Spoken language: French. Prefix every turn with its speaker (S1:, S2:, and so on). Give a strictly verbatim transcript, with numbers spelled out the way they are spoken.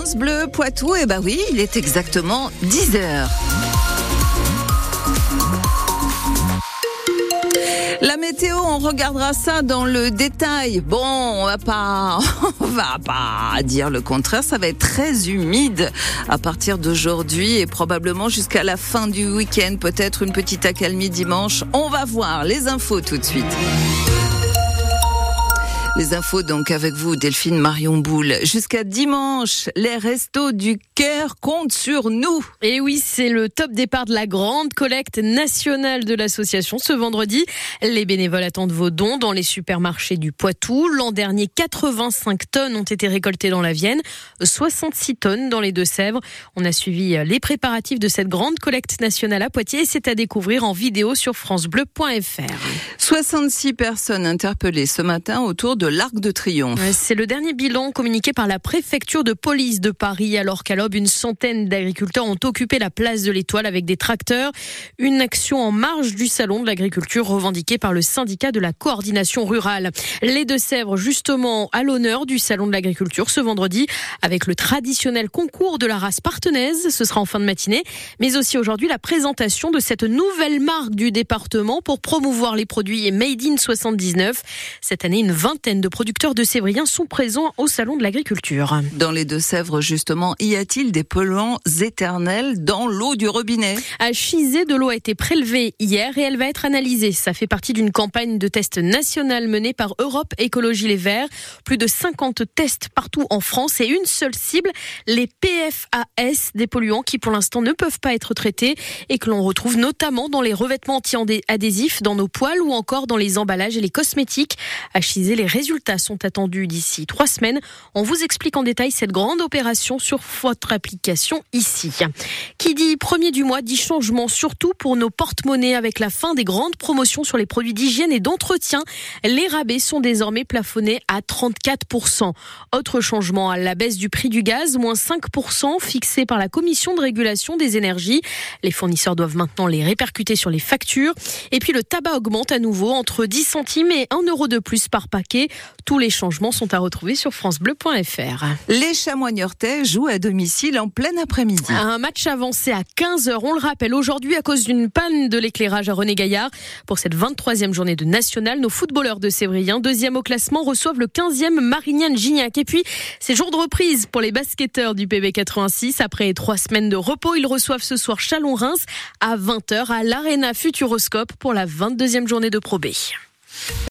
S1: France Bleu Poitou, et bah oui, il est exactement dix heures. La météo, on regardera ça dans le détail. Bon, on va pas, on va pas dire le contraire. Ça va être très humide à partir d'aujourd'hui et probablement jusqu'à la fin du week-end. Peut-être une petite accalmie dimanche. On va voir les infos tout de suite. Les infos donc avec vous, Delphine Marion Boule. Jusqu'à dimanche, les Restos du Cœur comptent sur nous.
S2: Et oui, c'est le top départ de la grande collecte nationale de l'association ce vendredi. Les bénévoles attendent vos dons dans les supermarchés du Poitou. L'an dernier, quatre-vingt-cinq tonnes ont été récoltées dans la Vienne, soixante-six tonnes dans les Deux-Sèvres. On a suivi les préparatifs de cette grande collecte nationale à Poitiers et c'est à découvrir en vidéo sur francebleu point f r.
S1: soixante-six personnes interpellées ce matin autour de l'Arc de Triomphe.
S2: C'est le dernier bilan communiqué par la préfecture de police de Paris, alors qu'à l'aube, une centaine d'agriculteurs ont occupé la place de l'Étoile avec des tracteurs. Une action en marge du salon de l'agriculture revendiquée par le syndicat de la coordination rurale. Les Deux-Sèvres, justement, à l'honneur du salon de l'agriculture ce vendredi, avec le traditionnel concours de la race partenaise. Ce sera en fin de matinée, mais aussi aujourd'hui la présentation de cette nouvelle marque du département pour promouvoir les produits Made in soixante-dix-neuf. Cette année, une vingtaine de producteurs de Sévriens sont présents au salon de l'agriculture.
S1: Dans les Deux-Sèvres, justement, y a-t-il des polluants éternels dans l'eau du robinet ?
S2: À Chizé, de l'eau a été prélevée hier et elle va être analysée. Ça fait partie d'une campagne de tests nationale menée par Europe Écologie Les Verts. Plus de cinquante tests partout en France et une seule cible, les P F A S, des polluants qui pour l'instant ne peuvent pas être traités et que l'on retrouve notamment dans les revêtements anti-adhésifs, dans nos poêles ou encore dans les emballages et les cosmétiques. À Chizé, les résultats sont attendus d'ici trois semaines. On vous explique en détail cette grande opération sur votre application ici. Qui dit premier du mois dit changement, surtout pour nos porte-monnaies avec la fin des grandes promotions sur les produits d'hygiène et d'entretien. Les rabais sont désormais plafonnés à trente-quatre pour cent. Autre changement, à la baisse du prix du gaz, moins cinq pour cent fixé par la Commission de régulation des énergies. Les fournisseurs doivent maintenant les répercuter sur les factures. Et puis le tabac augmente à nouveau entre dix centimes et un euro de plus par paquet. Tous les changements sont à retrouver sur francebleu point f r.
S1: Les Chamois niortais jouent à domicile en plein après-midi.
S2: Un match avancé à quinze heures, on le rappelle aujourd'hui à cause d'une panne de l'éclairage à René Gaillard. Pour cette vingt-troisième journée de National, nos footballeurs de Sévrien, deuxième au classement, reçoivent le quinzième Marignane-Gignac. Et puis, c'est jour de reprise pour les basketteurs du P B quatre-vingt-six. Après trois semaines de repos, ils reçoivent ce soir Chalon-Reims à vingt heures à l'Arena Futuroscope pour la vingt-deuxième journée de Pro B.